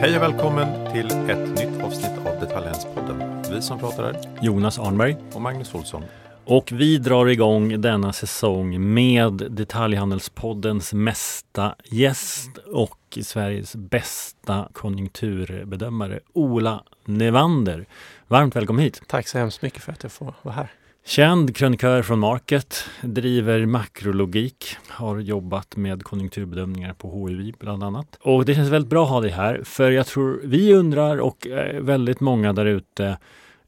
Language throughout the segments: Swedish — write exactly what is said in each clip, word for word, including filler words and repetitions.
Hej och välkommen till ett nytt avsnitt av Detaljhandelspodden. Vi som pratar här, Jonas Arnberg och Magnus Olsson. Och vi drar igång denna säsong med Detaljhandelspoddens mesta gäst och Sveriges bästa konjunkturbedömare, Ola Nevander. Varmt välkommen hit. Tack så hemskt mycket för att jag får vara här. Känd krönikör från Market, driver makrologik, har jobbat med konjunkturbedömningar på H U I bland annat. Och det känns väldigt bra att ha dig här, för jag tror vi undrar och väldigt många där ute,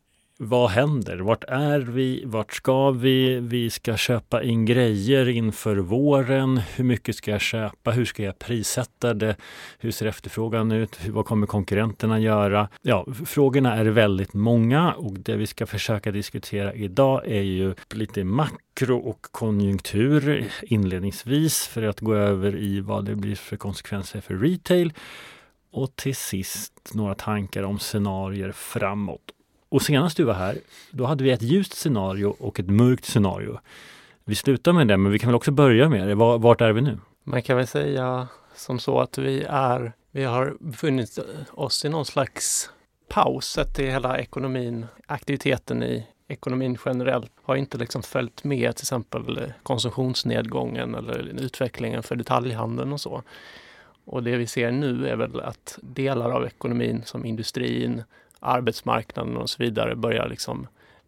vad händer? Vart är vi? Vart ska vi? Vi ska köpa in grejer inför våren. Hur mycket ska jag köpa? Hur ska jag prissätta det? Hur ser efterfrågan ut? Vad kommer konkurrenterna göra? Ja, frågorna är väldigt många och det vi ska försöka diskutera idag är ju lite makro och konjunktur inledningsvis för att gå över i vad det blir för konsekvenser för retail. Och till sist några tankar om scenarier framåt. Och senast du var här, då hade vi ett ljust scenario och ett mörkt scenario. Vi slutar med det, men vi kan väl också börja med det. Vart är vi nu? Man kan väl säga som så att vi är, vi har befunnit oss i någon slags paus sett till hela ekonomin. Aktiviteten i ekonomin generellt har inte liksom följt med till exempel konsumtionsnedgången eller utvecklingen för detaljhandeln och så. Och det vi ser nu är väl att delar av ekonomin som industrin, arbetsmarknaden och så vidare börjar liksom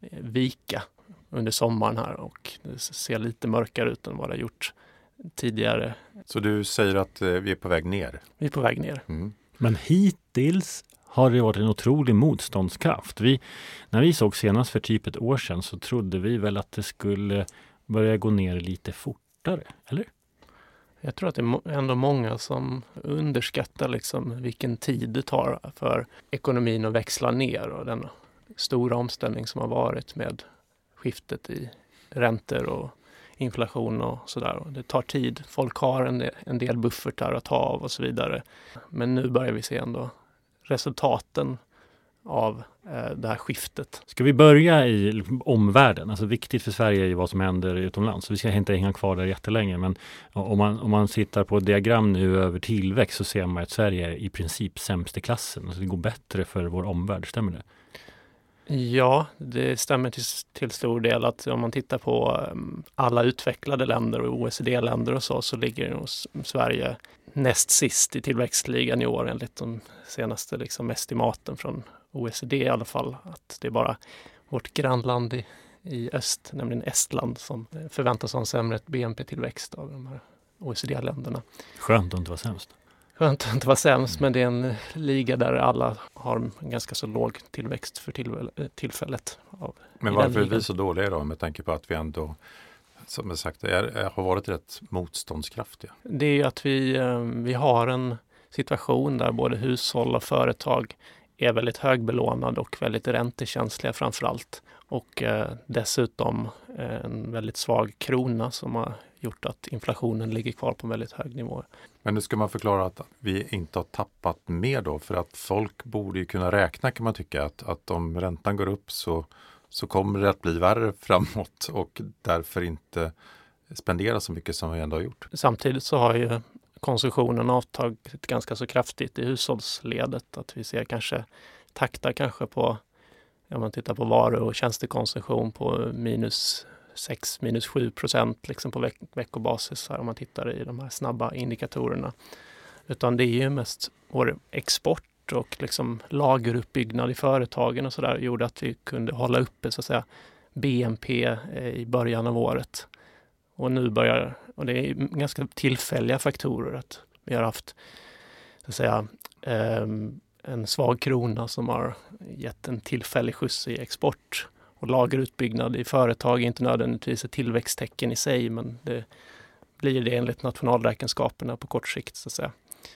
vika under sommaren här och det ser lite mörkare ut än vad det har gjort tidigare. Så du säger att vi är på väg ner? Vi är på väg ner. Mm. Men hittills har det varit en otrolig motståndskraft. Vi, när vi såg senast för typ ett år sedan så trodde vi väl att det skulle börja gå ner lite fortare, eller? Jag tror att det är ändå många som underskattar liksom vilken tid det tar för ekonomin att växla ner och den stora omställning som har varit med skiftet i räntor och inflation och sådär. Det tar tid. Folk har en del, en del buffertar att ta av och så vidare. Men nu börjar vi se ändå resultaten av eh, det här skiftet. Ska vi börja i omvärlden? Alltså viktigt för Sverige är ju vad som händer utomlands. Så vi ska inte hänga kvar där jättelänge. Men om man, om man tittar på ett diagram nu över tillväxt så ser man att Sverige är i princip sämst i klassen. Alltså det går bättre för vår omvärld, stämmer det? Ja, det stämmer till, till stor del att om man tittar på um, alla utvecklade länder och O E C D-länder och så, så ligger nog Sverige näst sist i tillväxtligan i år enligt de senaste liksom, estimaten från O E C D i alla fall. Att det är bara vårt grannland i, i öst, nämligen Estland, som förväntas ha en sämre B N P-tillväxt av de här O E C D-länderna. Skönt att inte vara sämst. Skönt att inte vara sämst, men det är en liga där alla har en ganska så låg tillväxt för tillfället. Av, men varför är vi så dåliga då med tanke på att vi ändå, som jag sagt, är, har varit rätt motståndskraftiga? Det är ju att vi, vi har en situation där både hushåll och företag är väldigt högbelånade och väldigt räntekänsliga framför allt. Och eh, dessutom en väldigt svag krona som har gjort att inflationen ligger kvar på en väldigt hög nivå. Men nu ska man förklara att vi inte har tappat mer då, för att folk borde ju kunna räkna, kan man tycka, att, att om räntan går upp så, så kommer det att bli värre framåt och därför inte spendera så mycket som vi ändå har gjort. Samtidigt så har ju konsumtionen avtagit ganska så kraftigt i hushållsledet, att vi ser kanske takta kanske på, om man tittar på varu- och tjänstekonsumtion på minus sex, minus sju procent liksom på veck- veckobasis här, om man tittar i de här snabba indikatorerna. Utan det är ju mest vår export och liksom lageruppbyggnad i företagen och sådär gjorde att vi kunde hålla uppe så att säga B N P i början av året. Och nu börjar, och det är ganska tillfälliga faktorer att vi har haft så att säga en svag krona som har gett en tillfällig skjuts i export. Och lagerutbyggnad i företag är inte nödvändigtvis ett tillväxttecken i sig, men det blir det enligt nationalräkenskaperna på kort sikt så att säga.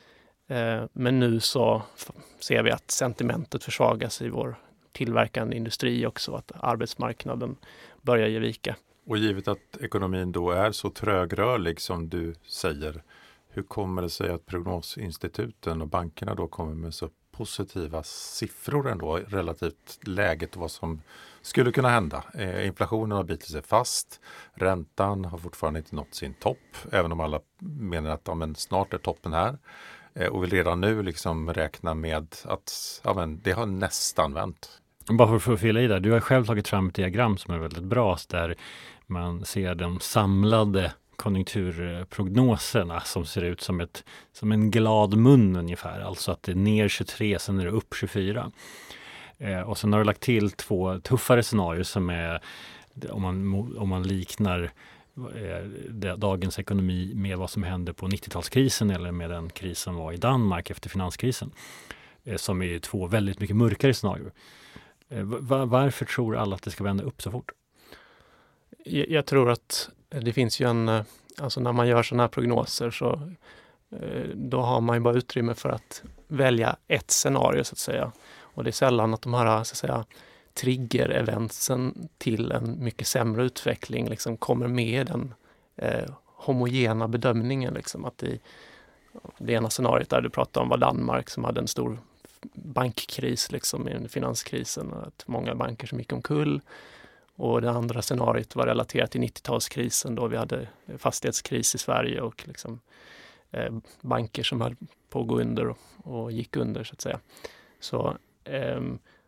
Men nu så ser vi att sentimentet försvagas i vår tillverkande industri också, att arbetsmarknaden börjar ge vika. Och givet att ekonomin då är så trögrörlig som du säger, hur kommer det sig att prognosinstituten och bankerna då kommer med så positiva siffror ändå relativt läget och vad som skulle kunna hända? Eh, inflationen har bitit sig fast, räntan har fortfarande inte nått sin topp, även om alla menar att ja, men snart är toppen här. eh, och vill redan nu liksom räkna med att ja, men det har nästan vänt. Bara för att fylla i där, du har själv tagit fram ett diagram som är väldigt bra där man ser de samlade konjunkturprognoserna som ser ut som, ett, som en glad mun ungefär. Alltså att det är ner tjugotre, sen är det upp tjugofyra. Eh, och sen har du lagt till två tuffare scenarier som är om man, om man liknar eh, dagens ekonomi med vad som hände på nittiotalskrisen eller med den kris som var i Danmark efter finanskrisen. Eh, som är två väldigt mycket mörkare scenarier. Eh, var, varför tror alla att det ska vända upp så fort? Jag, jag tror att det finns ju en, alltså när man gör sådana här prognoser så då har man ju bara utrymme för att välja ett scenario så att säga. Och det är sällan att de här så att säga trigger-eventsen till en mycket sämre utveckling liksom kommer med i den eh, homogena bedömningen. Liksom. Att i det ena scenariot där du pratar om var Danmark som hade en stor bankkris liksom, i finanskrisen och att många banker som gick omkull. Och det andra scenariot var relaterat till nittiotalskrisen då vi hade fastighetskris i Sverige och liksom, eh, banker som höll på att gå under och, och gick under så att säga. Så eh,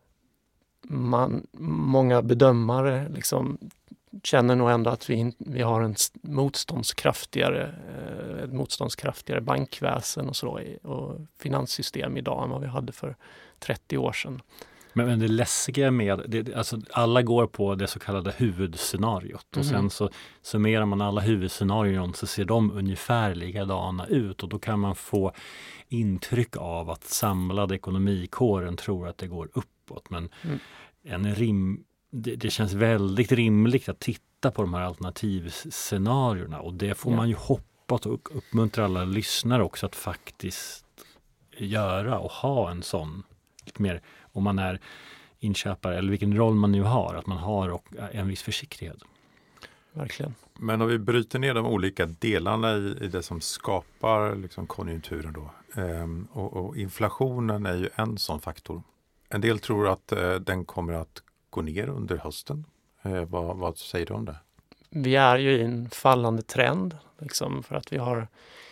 man, många bedömare liksom, känner nog ändå att vi, vi har en motståndskraftigare, eh, ett motståndskraftigare bankväsen och, så, och finanssystem idag än vad vi hade för trettio år sedan. Men, men det läskiga med, det, alltså alla går på det så kallade huvudscenariot och mm. sen så summerar man alla huvudscenarion så ser de ungefär likadana ut och då kan man få intryck av att samlade ekonomikåren tror att det går uppåt. Men mm. en rim, det, det känns väldigt rimligt att titta på de här alternativscenarierna och det får ja. man ju hoppas och uppmuntra alla lyssnare också att faktiskt göra och ha en sån lite mer om man är inköpare eller vilken roll man nu har, att man har och en viss försiktighet. Verkligen. Men om vi bryter ner de olika delarna i, i det som skapar liksom konjunkturen då. Ehm, och, och inflationen är ju en sån faktor. En del tror att eh, den kommer att gå ner under hösten. Eh, vad, vad säger du om det? Vi är ju i en fallande trend liksom, för att vi har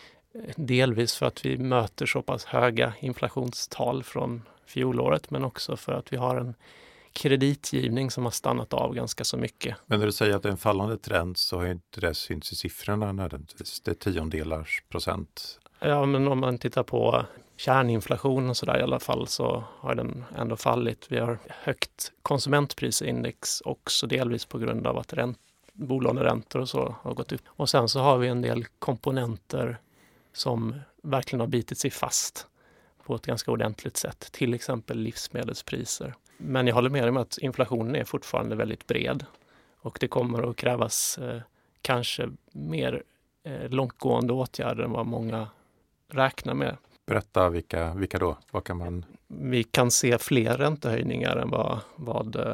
delvis för att vi möter så pass höga inflationstal från fjolåret men också för att vi har en kreditgivning som har stannat av ganska så mycket. Men när du säger att det är en fallande trend så har inte det synts i siffrorna nödvändigtvis. Det är tiondelars procent. Ja, men om man tittar på kärninflation och sådär i alla fall så har den ändå fallit. Vi har högt konsumentprisindex också delvis på grund av att ränt, bolåneräntor och så har gått upp. Och sen så har vi en del komponenter som verkligen har bitit sig fast på ett ganska ordentligt sätt. Till exempel livsmedelspriser. Men jag håller med om att inflationen är fortfarande väldigt bred. Och det kommer att krävas eh, kanske mer eh, långtgående åtgärder än vad många räknar med. Berätta vilka, vilka då? Vad kan man... Vi kan se fler räntehöjningar än vad, vad, eh,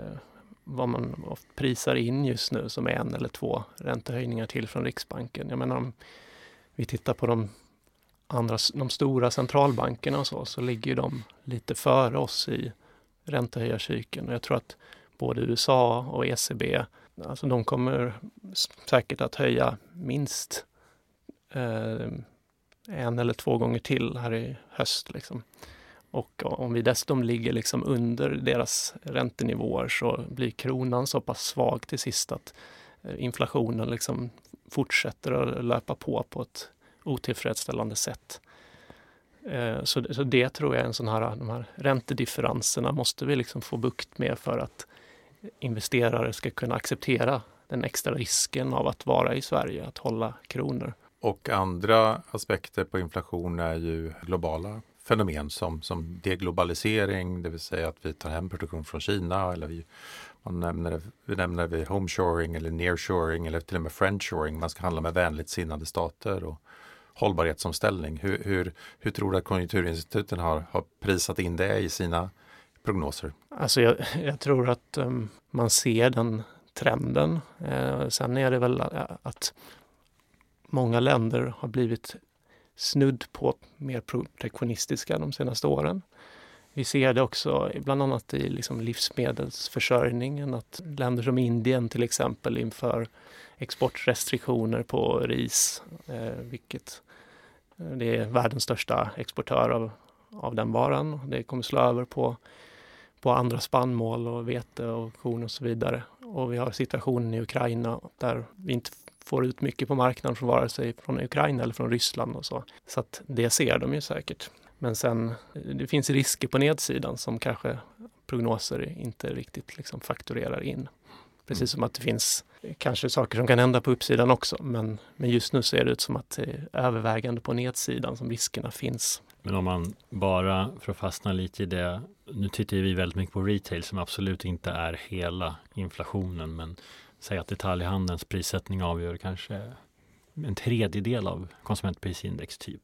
vad man prisar in just nu som är en eller två räntehöjningar till från Riksbanken. Jag menar om vi tittar på de andra, de stora centralbankerna och så, så ligger ju de lite före oss i räntehöjarcykeln. Och jag tror att både U S A och E C B, alltså de kommer säkert att höja minst eh, en eller två gånger till här i höst. Liksom. Och om vi dessutom ligger liksom under deras räntenivåer så blir kronan så pass svag till sist att inflationen liksom fortsätter att löpa på på ett otillfredsställande sätt. Så, så det tror jag är en sån här, de här räntedifferenserna måste vi liksom få bukt med för att investerare ska kunna acceptera den extra risken av att vara i Sverige, att hålla kronor. Och andra aspekter på inflation är ju globala fenomen som, som deglobalisering, det vill säga att vi tar hem produktion från Kina eller vi, man nämner det, vi nämner det homeshoring eller nearshoring eller till och med friendshoring. Man ska handla med vänligt sinnade stater och hållbarhetsomställning. Hur, hur, hur tror du att Konjunkturinstituten har, har prisat in det i sina prognoser? Alltså jag, jag tror att um, man ser den trenden. Eh, sen är det väl att många länder har blivit snudd på mer protektionistiska de senaste åren. Vi ser det också bland annat i liksom livsmedelsförsörjningen, att länder som Indien till exempel inför exportrestriktioner på ris, eh, vilket Det är världens största exportör av, av den varan. Det kommer slå över på, på andra spannmål och vete och korn och så vidare. Och vi har situationen i Ukraina där vi inte får ut mycket på marknaden från vare sig från Ukraina eller från Ryssland och så. Så att det ser de ju säkert. Men sen, det finns risker på nedsidan som kanske prognoser inte riktigt liksom fakturerar in. Precis mm. som att det finns kanske saker som kan hända på uppsidan också. Men, men just nu ser det ut som att det är övervägande på nedsidan som riskerna finns. Men om man bara, för att fastna lite i det, nu tittar vi väldigt mycket på retail som absolut inte är hela inflationen, men säg att detaljhandelns prissättning avgör kanske en tredjedel av konsumentprisindex typ.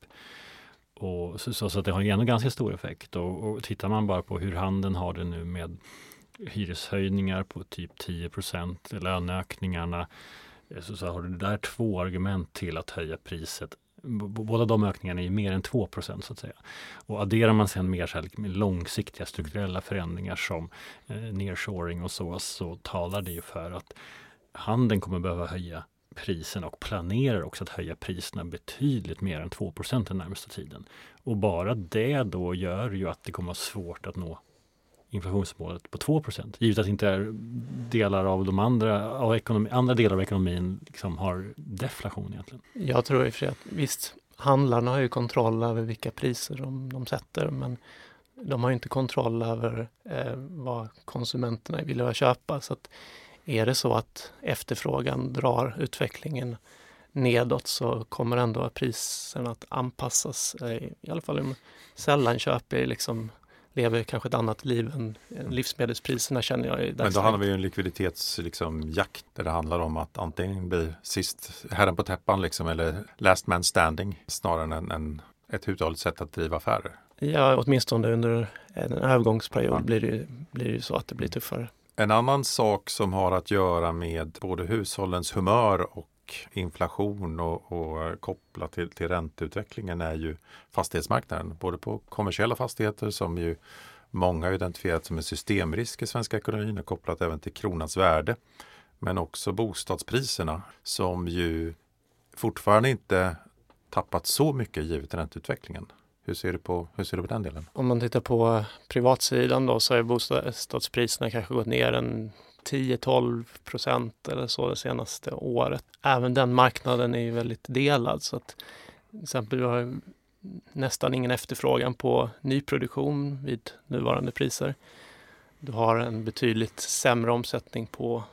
Och så, så, så att det har ju ändå ganska stor effekt. Och, och tittar man bara på hur handeln har det nu med hyreshöjningar på typ tio procent, löneökningarna, så, så har du där två argument till att höja priset. Båda de ökningarna är mer än två procent så att säga. Och adderar man sen mer så här, med långsiktiga strukturella förändringar som eh, nearshoring och så, så talar det ju för att handeln kommer behöva höja priserna och planerar också att höja priserna betydligt mer än två procent den närmaste tiden. Och bara det då gör ju att det kommer vara svårt att nå inflationsmålet på två procent. Givet att inte delar av de andra, av ekonomi, andra delar av ekonomin liksom har deflation egentligen. Jag tror i och för sig att visst, handlarna har ju kontroll över vilka priser de, de sätter, men de har ju inte kontroll över eh, vad konsumenterna vill köpa. Så att är det så att efterfrågan drar utvecklingen nedåt så kommer ändå priserna att anpassas. I alla fall om sällan köper liksom lever kanske ett annat liv än livsmedelspriserna känner jag i dagsläget. Men då handlar vi ju en likviditetsjakt liksom, där det handlar om att antingen bli sist herren på täppan liksom, eller last man standing snarare än, än ett uthålligt sätt att driva affärer. Ja, åtminstone under en övergångsperiod ja. blir det, blir det så att det blir tuffare. En annan sak som har att göra med både hushållens humör och inflation och, och kopplat till, till ränteutvecklingen är ju fastighetsmarknaden. Både på kommersiella fastigheter som ju många har identifierat som en systemrisk i svenska ekonomin och kopplat även till kronans värde. Men också bostadspriserna som ju fortfarande inte tappat så mycket givet ränteutvecklingen. Hur ser du på, hur ser du på den delen? Om man tittar på privatsidan då så är bostadspriserna kanske gått ner en tio till tolv procent eller så det senaste året. Även den marknaden är ju väldigt delad så att till exempel vi har nästan ingen efterfrågan på nyproduktion vid nuvarande priser. Du har en betydligt sämre omsättning på,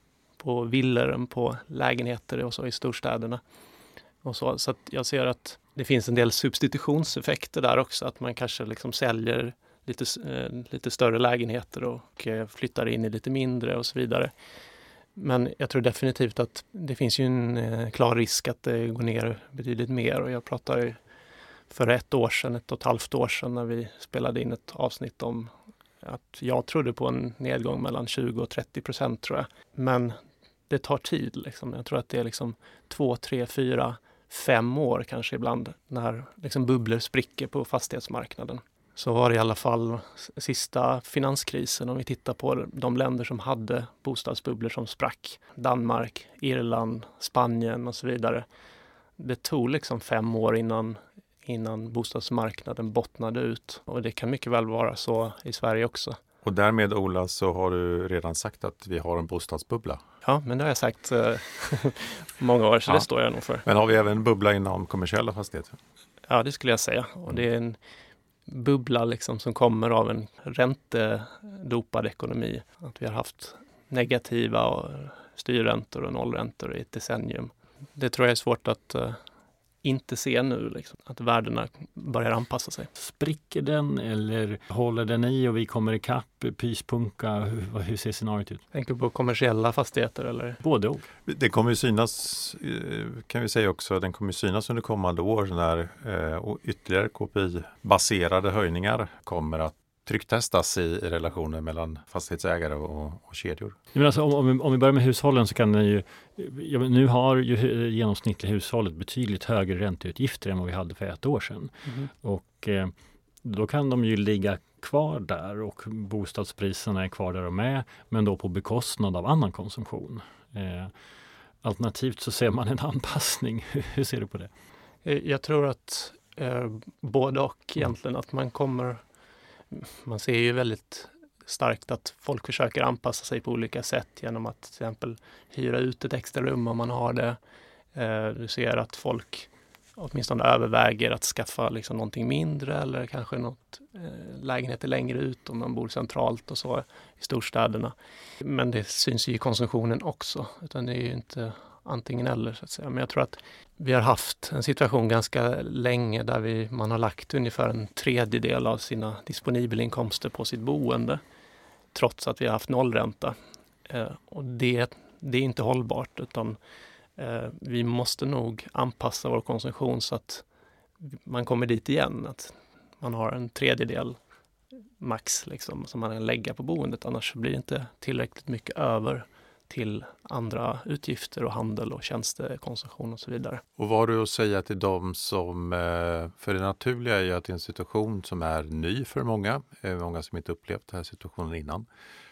på villor än på lägenheter och så i storstäderna. Och så så att jag ser att det finns en del substitutionseffekter där också. Att man kanske liksom säljer lite, eh, lite större lägenheter och eh, flyttar in i lite mindre och så vidare. Men jag tror definitivt att det finns ju en eh, klar risk att det går ner betydligt mer. Och jag pratade för ett år sedan, ett och ett halvt år sedan när vi spelade in ett avsnitt om att jag trodde på en nedgång mellan tjugo och trettio procent tror jag. Men det tar tid liksom. Jag tror att det är liksom två, tre, fyra fem år kanske ibland när liksom bubblor spricker på fastighetsmarknaden. Så var det i alla fall sista finanskrisen om vi tittar på de länder som hade bostadsbubblor som sprack. Danmark, Irland, Spanien och så vidare. Det tog liksom fem år innan, innan bostadsmarknaden bottnade ut. Och det kan mycket väl vara så i Sverige också. Och därmed Ola så har du redan sagt att vi har en bostadsbubbla. Ja, men det har jag sagt eh, många år så ja. Det står jag nog för. Men har vi även en bubbla inom kommersiella fastigheter? Ja, det skulle jag säga. Och det är en bubbla liksom som kommer av en räntedopad ekonomi. Att vi har haft negativa och styrräntor och nollräntor i ett decennium. Det tror jag är svårt att uh, inte se nu, liksom, att värdena börjar anpassa sig. Spricker den eller håller den i och vi kommer ikapp, pyspunka? Hur, hur ser scenariot ut? Tänker du på kommersiella fastigheter eller? Både och. Det kommer ju synas, kan vi säga också, den kommer synas under kommande år när eh, ytterligare K P I-baserade höjningar kommer att trycktestas i, i relationer mellan fastighetsägare och, och kedjor. Men alltså, om, om, vi, om vi börjar med hushållen så kan den ju, ja, nu har ju genomsnittliga hushållet betydligt högre ränteutgifter än vad vi hade för ett år sedan. Mm. Och eh, då kan de ju ligga kvar där och bostadspriserna är kvar där de är, men då på bekostnad av annan konsumtion. Eh, alternativt så ser man en anpassning. Hur ser du på det? Jag tror att eh, både och egentligen, att man kommer, man ser ju väldigt starkt att folk försöker anpassa sig på olika sätt genom att till exempel hyra ut ett extra rum om man har det. Eh, du ser att folk åtminstone överväger att skaffa liksom någonting mindre eller kanske något eh, lägenheter längre ut om man bor centralt och så i storstäderna. Men det syns ju i konsumtionen också, utan det är ju inte antingen eller så att säga. Men jag tror att vi har haft en situation ganska länge där vi, man har lagt ungefär en tredjedel av sina disponibla inkomster på sitt boende trots att vi har haft nollränta. Eh, och det, det är inte hållbart, utan eh, vi måste nog anpassa vår konsumtion så att man kommer dit igen. Att man har en tredjedel max liksom, som man kan lägga på boendet, annars blir det inte tillräckligt mycket över till andra utgifter och handel och tjänstekonsumtion och så vidare. Och vad har du att säga till dem som, för det naturliga är ju att i en situation som är ny för många, många som inte upplevt den här situationen innan,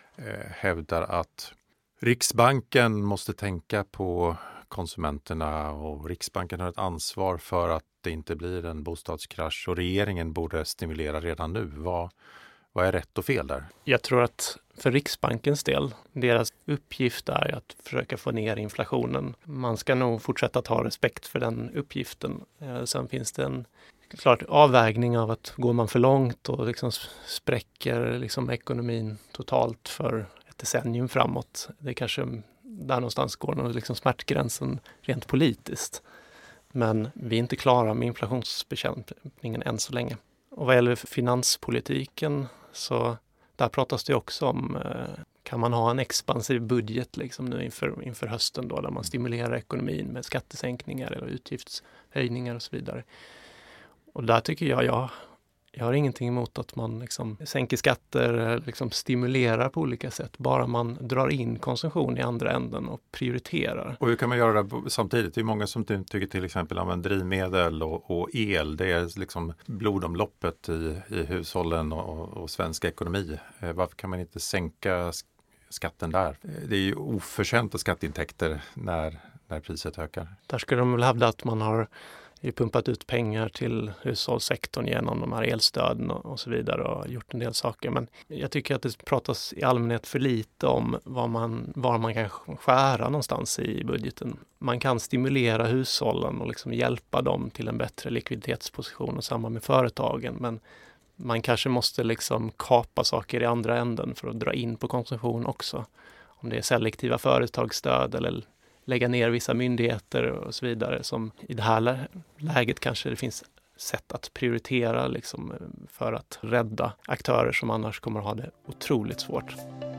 hävdar att Riksbanken måste tänka på konsumenterna och Riksbanken har ett ansvar för att det inte blir en bostadskrasch och regeringen borde stimulera redan nu. Vad, vad är rätt och fel där? Jag tror att för Riksbankens del, deras uppgift är att försöka få ner inflationen. Man ska nog fortsätta ta respekt för den uppgiften. Sen finns det en klart avvägning av att går man för långt och liksom spräcker liksom ekonomin totalt för ett decennium framåt. Det kanske där någonstans går någon liksom smärtgränsen rent politiskt. Men vi är inte klara med inflationsbekämpningen än så länge. Och vad gäller finanspolitiken så där pratas det också om, kan man ha en expansiv budget liksom nu inför, inför hösten då, där man stimulerar ekonomin med skattesänkningar eller utgiftshöjningar och så vidare. Och där tycker jag, jag, jag har ingenting emot att man liksom sänker skatter, liksom stimulerar på olika sätt, bara man drar in konsumtion i andra änden och prioriterar. Och hur kan man göra det samtidigt? Det är många som tycker till exempel att drivmedel och, och el, det är liksom blodomloppet i, i hushållen och, och svensk ekonomi. Varför kan man inte sänka skatten där? Det är ju oförtjänta skatteintäkter när, när priset ökar. Där skulle de väl hävda att man har ju pumpat ut pengar till hushållssektorn genom de här elstöden och, och så vidare och gjort en del saker. Men jag tycker att det pratas i allmänhet för lite om vad man, var man kan skära någonstans i budgeten. Man kan stimulera hushållen och liksom hjälpa dem till en bättre likviditetsposition och samma med företagen. Men man kanske måste liksom kapa saker i andra änden för att dra in på konsumtion också. Om det är selektiva företagsstöd eller lägga ner vissa myndigheter och så vidare, som i det här läget kanske det finns sätt att prioritera liksom för att rädda aktörer som annars kommer att ha det otroligt svårt.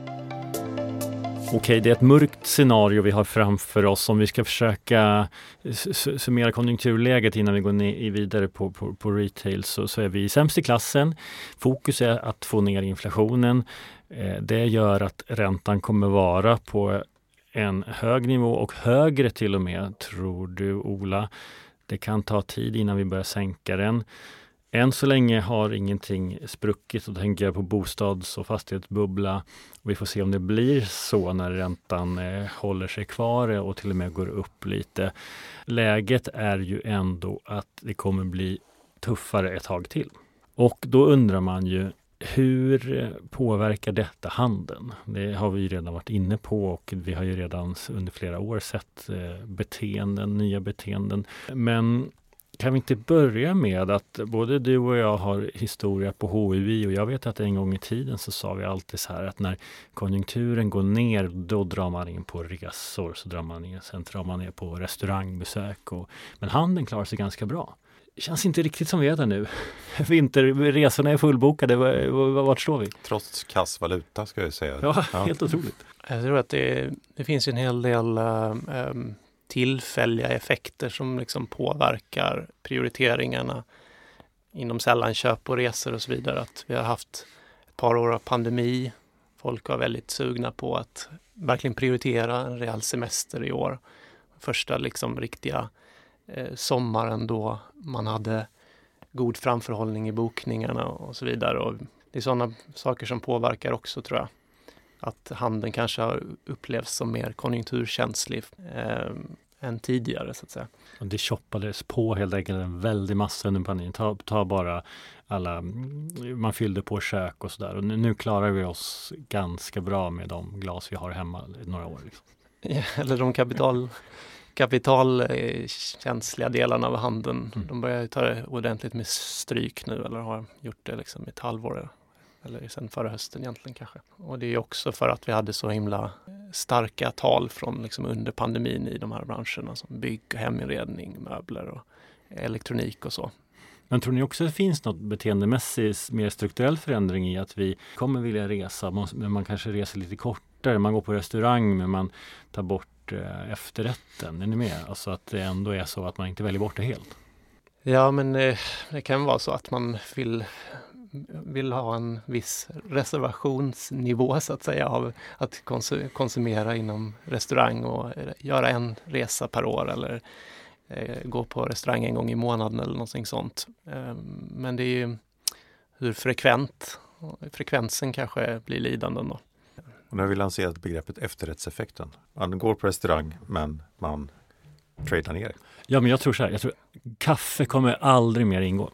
Okej, det är ett mörkt scenario vi har framför oss. Om vi ska försöka summera konjunkturläget innan vi går ner vidare på, på, på retail så, så är vi sämst i klassen. Fokus är att få ner inflationen. Eh, det gör att räntan kommer vara på en hög nivå och högre till och med, tror du, Ola. Det kan ta tid innan vi börjar sänka den. Än så länge har ingenting spruckit, och då tänker jag på bostads- och fastighetsbubbla. Vi får se om det blir så när räntan eh, håller sig kvar och till och med går upp lite. Läget är ju ändå att det kommer bli tuffare ett tag till. Och då undrar man ju, hur påverkar detta handeln? Det har vi ju redan varit inne på, och vi har ju redan under flera år sett beteenden, nya beteenden. Men kan vi inte börja med att både du och jag har historia på H U I, och jag vet att en gång i tiden så sa vi alltid så här att när konjunkturen går ner, då drar man in på resor, så drar man in, sen drar man ner på restaurangbesök. Och, men handeln klarar sig ganska bra. Det känns inte riktigt som vi är där nu. Vinterresorna är fullbokade. Vart står vi? Trots kassvaluta ska jag säga. Ja, ja. Helt otroligt. Jag tror att det, det finns en hel del um, tillfälliga effekter som liksom påverkar prioriteringarna inom sällanköp och resor och så vidare. Att vi har haft ett par år av pandemi. Folk var väldigt sugna på att verkligen prioritera en rejäl semester i år. Första liksom riktiga eh, sommaren då man hade god framförhållning i bokningarna och så vidare. Och det är sådana saker som påverkar också, tror jag. Att handeln kanske har upplevts som mer konjunkturkänslig eh, än tidigare så att säga. Och det shoppades på helt enkelt en väldig massa under pandemin. Ta, ta bara alla, man fyllde på kök och sådär. Och nu, nu klarar vi oss ganska bra med de glas vi har hemma i några år. Liksom. Ja, eller de kapital, kapitalkänsliga delarna av handeln. Mm. De börjar ta det ordentligt med stryk nu eller har gjort det liksom i ett halvår. Eller sen förra hösten egentligen kanske. Och det är också för att vi hade så himla starka tal från liksom under pandemin i de här branscherna som bygg, heminredning, möbler och elektronik och så. Men tror ni också att det finns något beteendemässigt mer strukturell förändring i att vi kommer vilja resa, men man kanske reser lite kortare, man går på restaurang men man tar bort eh, efterrätten, är ni med? Alltså att det ändå är så att man inte väljer bort det helt. Ja, men eh, det kan vara så att man vill vill ha en viss reservationsnivå så att säga av att konsumera inom restaurang och göra en resa per år eller eh, gå på restaurang en gång i månaden eller någonting sånt. Eh, men det är ju hur frekvent, frekvensen kanske blir lidande då. Och nu har vi lanserat begreppet efterrättseffekten. Man går på restaurang men man tradar ner. Ja, men jag tror så här, jag tror kaffe kommer aldrig mer ingå.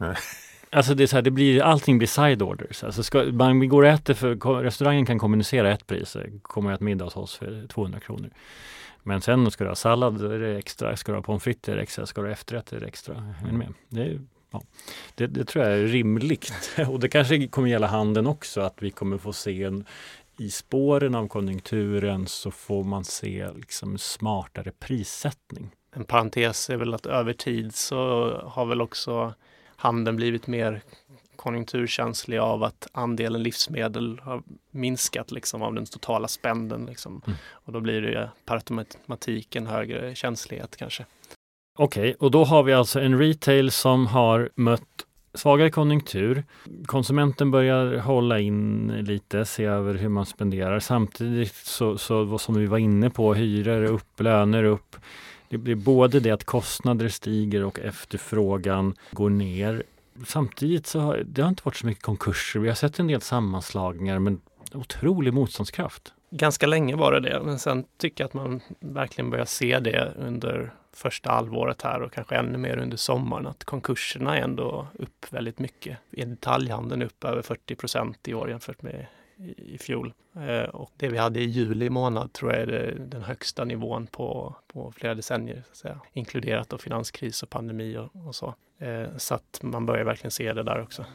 Alltså det är så här, det blir, allting blir side orders. Alltså ska, man går och äter för restaurangen kan kommunicera ett pris. Kommer att middag hos oss för tvåhundra kronor. Men sen ska du ha sallad, är det extra. Ska du ha pommes frites, är det extra. Ska du ha efterrätt, är det extra. Mm. Med. Det, är, ja. det, det tror jag är rimligt. Och det kanske kommer gälla handeln också. Att vi kommer få se en, i spåren av konjunkturen så får man se liksom smartare prissättning. En parentes är väl att över tid så har väl också handeln blivit mer konjunkturkänslig av att andelen livsmedel har minskat liksom, av den totala spänden. Liksom. Mm. Och då blir det per automatik en högre känslighet kanske. Okej, okay, och då har vi alltså en retail som har mött svagare konjunktur. Konsumenten börjar hålla in lite, se över hur man spenderar. Samtidigt så, så som vi var inne på, hyror upp, löner upp. Det blir både det att kostnader stiger och efterfrågan går ner. Samtidigt så har det har inte varit så mycket konkurser. Vi har sett en del sammanslagningar men otrolig motståndskraft. Ganska länge var det det. Men sen tycker jag att man verkligen börjar se det under första halvåret här och kanske ännu mer under sommaren. Att konkurserna är ändå upp väldigt mycket. I detaljhandeln upp över fyrtio procent i år jämfört med i fjol. Eh, och det vi hade i juli månad tror jag är det, den högsta nivån på, på flera decennier. Så att säga. Inkluderat då finanskris och pandemi och, och så. Eh, så att man börjar verkligen se det där också.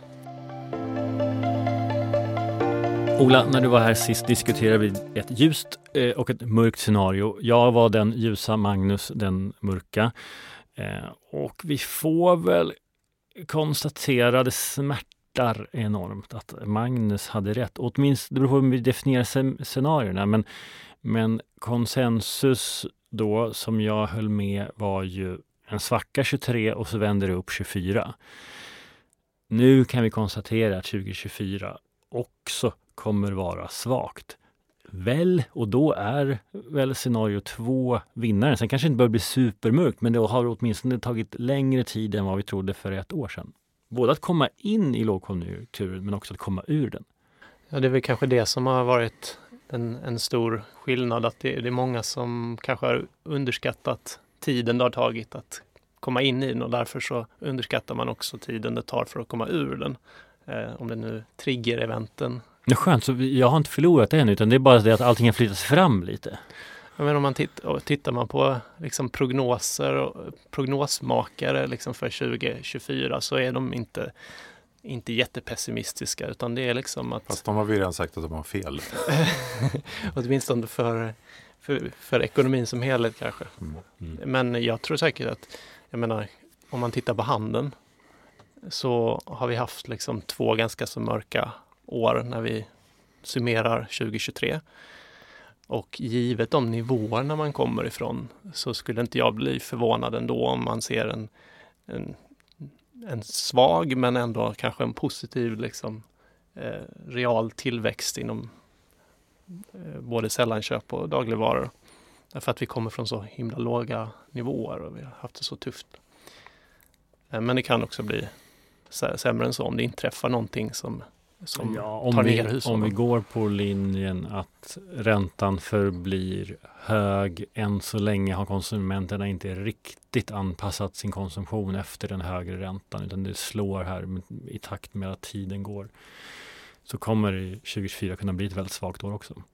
Ola, när du var här sist diskuterade vi ett ljust eh, och ett mörkt scenario. Jag var den ljusa, Magnus den mörka. Eh, och vi får väl konstatera det smärta enormt att Magnus hade rätt. Åtminstone, det beror på hur vi definierar scenarierna, men, men konsensus då som jag höll med var ju en svacka tjugotre och så vänder det upp tjugofyra. Nu kan vi konstatera att tjugo tjugofyra också kommer vara svagt. Väl, och då är väl scenario två vinnaren. Sen kanske det inte börjar bli supermörkt, men det har åtminstone tagit längre tid än vad vi trodde för ett år sedan. Både att komma in i lågkonjunkturen men också att komma ur den. Ja, det är väl kanske det som har varit en, en stor skillnad. Att det, det är många som kanske har underskattat tiden det har tagit att komma in i den och därför så underskattar man också tiden det tar för att komma ur den. Eh, om det nu trigger-eventen. Det är skönt, så jag har inte förlorat det än utan det är bara det att allting har flyttats fram lite. Jag menar, om man titt- och tittar man på liksom prognoser och prognosmakare liksom för tjugo tjugofyra så är de inte, inte jättepessimistiska utan det är liksom att... Fast de har vi redan sagt att de har fel. Åtminstone för, för, för ekonomin som helhet kanske. Mm. Mm. Men jag tror säkert att, jag menar, om man tittar på handeln så har vi haft liksom två ganska så mörka år när vi summerar tjugo tjugotre. Och givet de nivåerna man kommer ifrån så skulle inte jag bli förvånad ändå om man ser en, en, en svag men ändå kanske en positiv liksom, eh, real tillväxt inom eh, både sällanköp och dagligvaror. Därför att vi kommer från så himla låga nivåer och vi har haft det så tufft. Eh, men det kan också bli sämre än så om det inträffar någonting som som ja, om tar vi, ner hushållen. Om vi går på linjen att räntan förblir hög, än så länge har konsumenterna inte riktigt anpassat sin konsumtion efter den högre räntan, utan det slår här i takt med att tiden går, så kommer tjugo tjugofyra kunna bli ett väldigt svagt år också.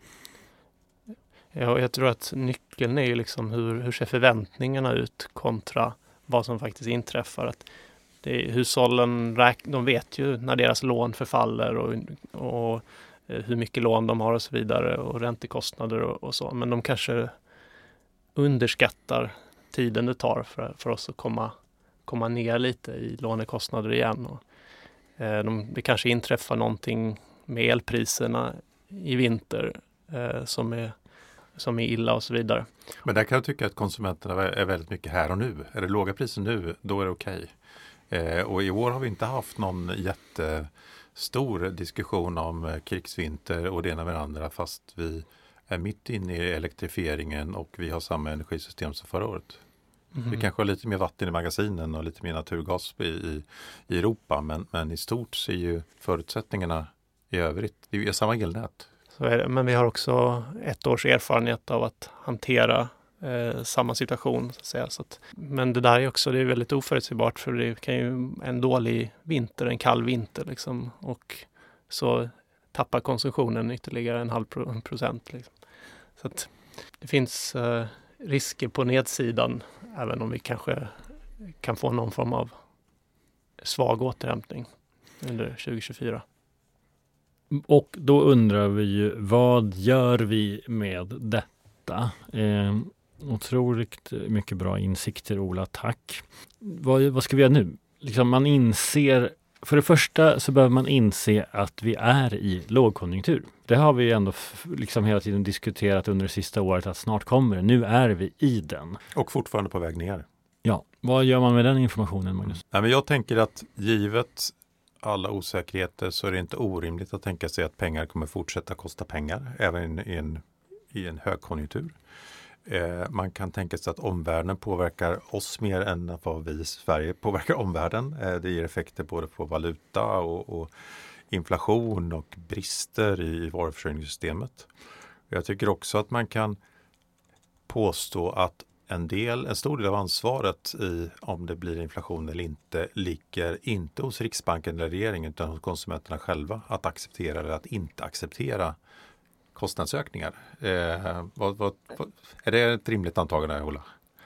Ja, jag tror att nyckeln är ju liksom hur, hur ser förväntningarna ut kontra vad som faktiskt inträffar. Att det är, hushållen räk, de vet ju när deras lån förfaller och, och hur mycket lån de har och så vidare och räntekostnader och, och så. Men de kanske underskattar tiden det tar för, för oss att komma, komma ner lite i lånekostnader igen. Och, eh, de, det kanske inträffar någonting med elpriserna i vinter eh, som är som är illa och så vidare. Men där kan jag tycka att konsumenterna är väldigt mycket här och nu. Är det låga priser nu, då är det okej. Eh, och i år har vi inte haft någon jättestor diskussion om krigsvinter och det ena med det andra, fast vi är mitt inne i elektrifieringen och vi har samma energisystem som förra året. Mm. Vi kanske har lite mer vatten i magasinen och lite mer naturgas i, i, i Europa, men, men i stort ser ju förutsättningarna i övrigt. Det är ju samma elnät. Så är det. Men vi har också ett års erfarenhet av att hantera eh, samma situation. Så att säga. Så att, men det där är också det är väldigt oförutsägbart, för det kan ju en dålig vinter, en kall vinter liksom, och så tappar konsumtionen ytterligare en halv procent. Liksom. Så att det finns eh, risker på nedsidan, även om vi kanske kan få någon form av svag återhämtning under tjugo tjugofyra. Och då undrar vi ju, vad gör vi med detta? Eh, otroligt mycket bra insikter, Ola, tack. Vad, vad ska vi göra nu? Liksom man inser, för det första så behöver man inse att vi är i lågkonjunktur. Det har vi ändå f- liksom hela tiden diskuterat under det sista året, att snart kommer det. Nu är vi i den. Och fortfarande på väg ner. Ja, vad gör man med den informationen, Magnus? Nej, men jag tänker att givet alla osäkerheter så är det inte orimligt att tänka sig att pengar kommer fortsätta kosta pengar även i en, i en högkonjunktur. Eh, man kan tänka sig att omvärlden påverkar oss mer än vad vi i Sverige påverkar omvärlden. Eh, det ger effekter både på valuta och, och inflation och brister i varuförsörjningssystemet. Jag tycker också att man kan påstå att En, del, en stor del av ansvaret i om det blir inflation eller inte ligger inte hos Riksbanken eller regeringen, utan hos konsumenterna själva att acceptera eller att inte acceptera kostnadsökningar. Eh, vad, vad, vad, är det ett rimligt antagande, Ola?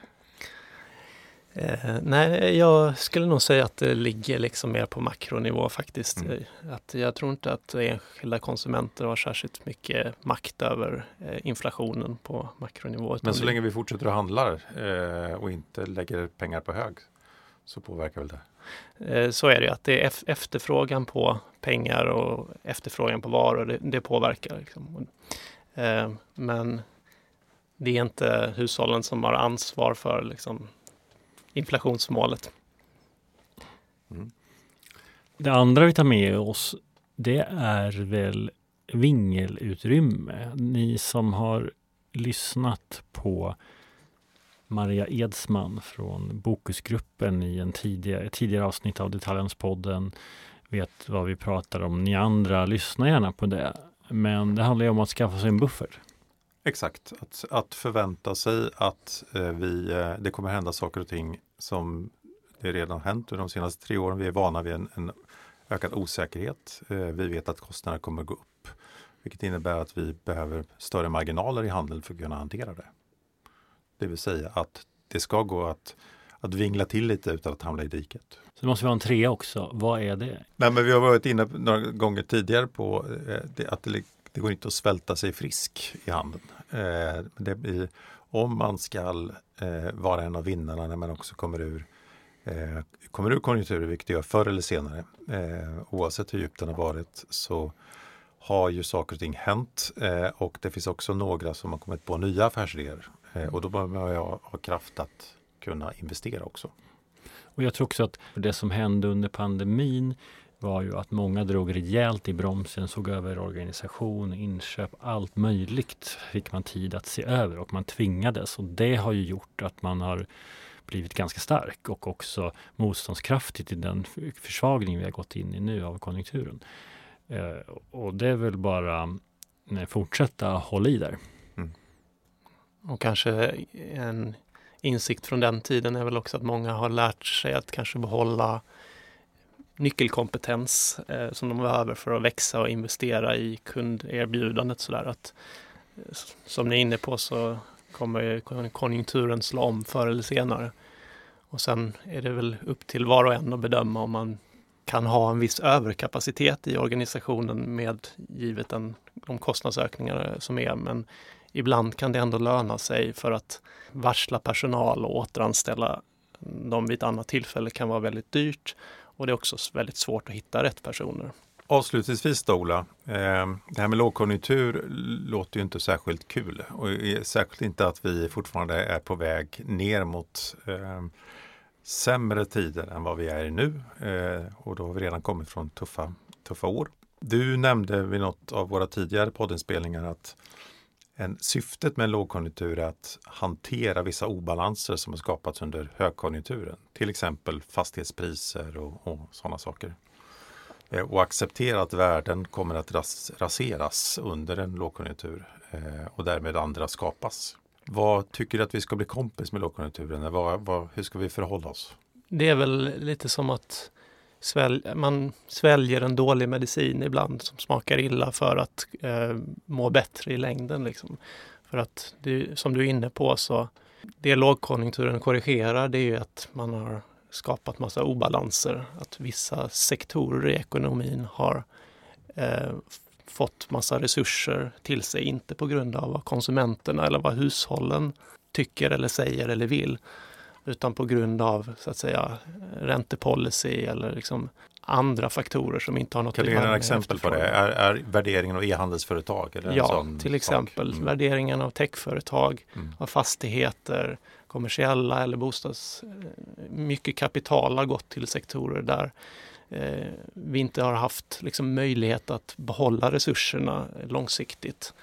Eh, nej, jag skulle nog säga att det ligger liksom mer på makronivå faktiskt. Mm. Att jag tror inte att enskilda konsumenter har särskilt mycket makt över eh, inflationen på makronivå. Men så länge vi fortsätter att handla eh, och inte lägger pengar på hög, så påverkar väl det? Eh, så är det, att det är ef- efterfrågan på pengar och efterfrågan på varor, det, det påverkar. Liksom. Eh, men det är inte hushållen som har ansvar för liksom, inflationsmålet. Mm. Det andra vi tar med oss, det är väl vingelutrymme. Ni som har lyssnat på Maria Edsman från Bokusgruppen i en tidigare, tidigare avsnitt av Detaljhandelspodden vet vad vi pratar om. Ni andra, lyssna gärna på det. Men det handlar ju om att skaffa sig en buffert. Exakt, att, att förvänta sig att eh, vi, eh, det kommer hända saker och ting som det redan hänt under de senaste tre åren. Vi är vana vid en, en ökad osäkerhet. Eh, vi vet att kostnaderna kommer gå upp, vilket innebär att vi behöver större marginaler i handeln för att kunna hantera det. Det vill säga att det ska gå att, att vingla till lite utan att hamna i diket. Så måste vi ha en trea också. Vad är det? Nej, men vi har varit inne några gånger tidigare på eh, det, att det, det går inte att svälta sig frisk i handeln. Eh, det blir, om man ska eh, vara en av vinnarna när man också kommer ur, eh, kommer ur konjunkturer, vilket det gör förr eller senare. Eh, oavsett hur djupt den har varit så har ju saker och ting hänt eh, och det finns också några som har kommit på nya affärsidéer. Eh, och då behöver man ha, ha kraft att kunna investera också. Och jag tror också att det som hände under pandemin var ju att många drog rejält i bromsen, såg över organisation, inköp, allt möjligt fick man tid att se över och man tvingades. Och det har ju gjort att man har blivit ganska stark och också motståndskraftigt i den försvagning vi har gått in i nu av konjunkturen. Eh, och det är väl bara nej, fortsätta hålla i där. Mm. Och kanske en insikt från den tiden är väl också att många har lärt sig att kanske behålla nyckelkompetens eh, som de behöver för att växa och investera i kunderbjudandet. Sådär. Att, som ni är inne på så kommer konjunkturen slå om förr eller senare. Och sen är det väl upp till var och en att bedöma om man kan ha en viss överkapacitet i organisationen med givet den, de kostnadsökningar som är. Men ibland kan det ändå löna sig för att varsla personal och återanställa dem vid ett annat tillfälle kan vara väldigt dyrt. Och det är också väldigt svårt att hitta rätt personer. Avslutningsvis då, Ola, eh, det här med lågkonjunktur låter ju inte särskilt kul. Och särskilt inte att vi fortfarande är på väg ner mot eh, sämre tider än vad vi är i nu. Eh, och då har vi redan kommit från tuffa, tuffa år. Du nämnde vid något av våra tidigare poddinspelningar att en, syftet med en lågkonjunktur är att hantera vissa obalanser som har skapats under högkonjunkturen. Till exempel fastighetspriser och, och sådana saker. Eh, och acceptera att värden kommer att ras, raseras under en lågkonjunktur eh, och därmed andra skapas. Vad tycker du att vi ska bli kompis med lågkonjunkturen? Vad, vad, hur ska vi förhålla oss? Det är väl lite som att svälj, man sväljer en dålig medicin ibland som smakar illa för att eh, må bättre i längden. Liksom. För att det, som du är inne på så det lågkonjunkturen korrigerar det är ju att man har skapat massa obalanser. Att vissa sektorer i ekonomin har eh, fått massa resurser till sig, inte på grund av vad konsumenterna eller vad hushållen tycker eller säger eller vill, utan på grund av så att säga räntepolicy eller liksom andra faktorer som inte har något att göra. Kan du ge ett exempel på det? Är, är värderingen av e-handelsföretag? Eller ja, en till exempel mm. värderingen av techföretag, mm. av fastigheter, kommersiella eller bostads... Mycket kapital har gått till sektorer där eh, vi inte har haft liksom, möjlighet att behålla resurserna långsiktigt.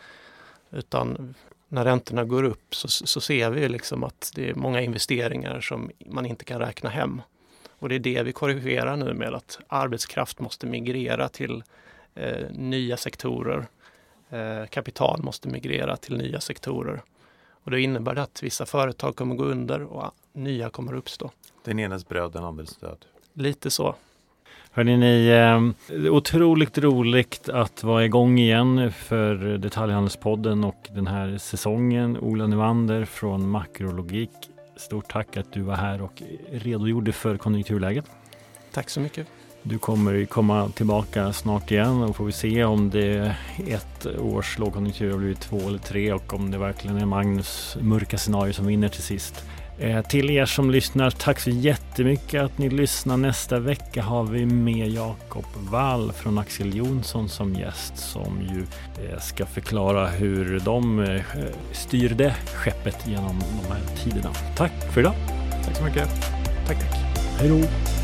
Utan när räntorna går upp så, så ser vi liksom att det är många investeringar som man inte kan räkna hem. Och det är det vi korrigerar nu med att arbetskraft måste migrera till eh, nya sektorer. Eh, kapital måste migrera till nya sektorer. Och det innebär att vissa företag kommer gå under och nya kommer uppstå. Den enes bröd, den andres död. Lite så. Hörrni, ni, eh, otroligt roligt att vara igång igen för Detaljhandelspodden och den här säsongen. Ola Nyvander från Makrologik. Stort tack att du var här och redogjorde för konjunkturläget. Tack så mycket. Du kommer komma tillbaka snart igen och får vi se om det är ett års lågkonjunktur har blivit två eller tre och om det verkligen är Magnus mörka scenario som vinner till sist. Eh, till er som lyssnar, tack så jättemycket att ni lyssnar. Nästa vecka har vi med Jakob Wall från Axel Jonsson som gäst som ju eh, ska förklara hur de eh, styrde skeppet genom de här tiderna. Tack för idag. Tack så mycket. Tack, tack. Hej då.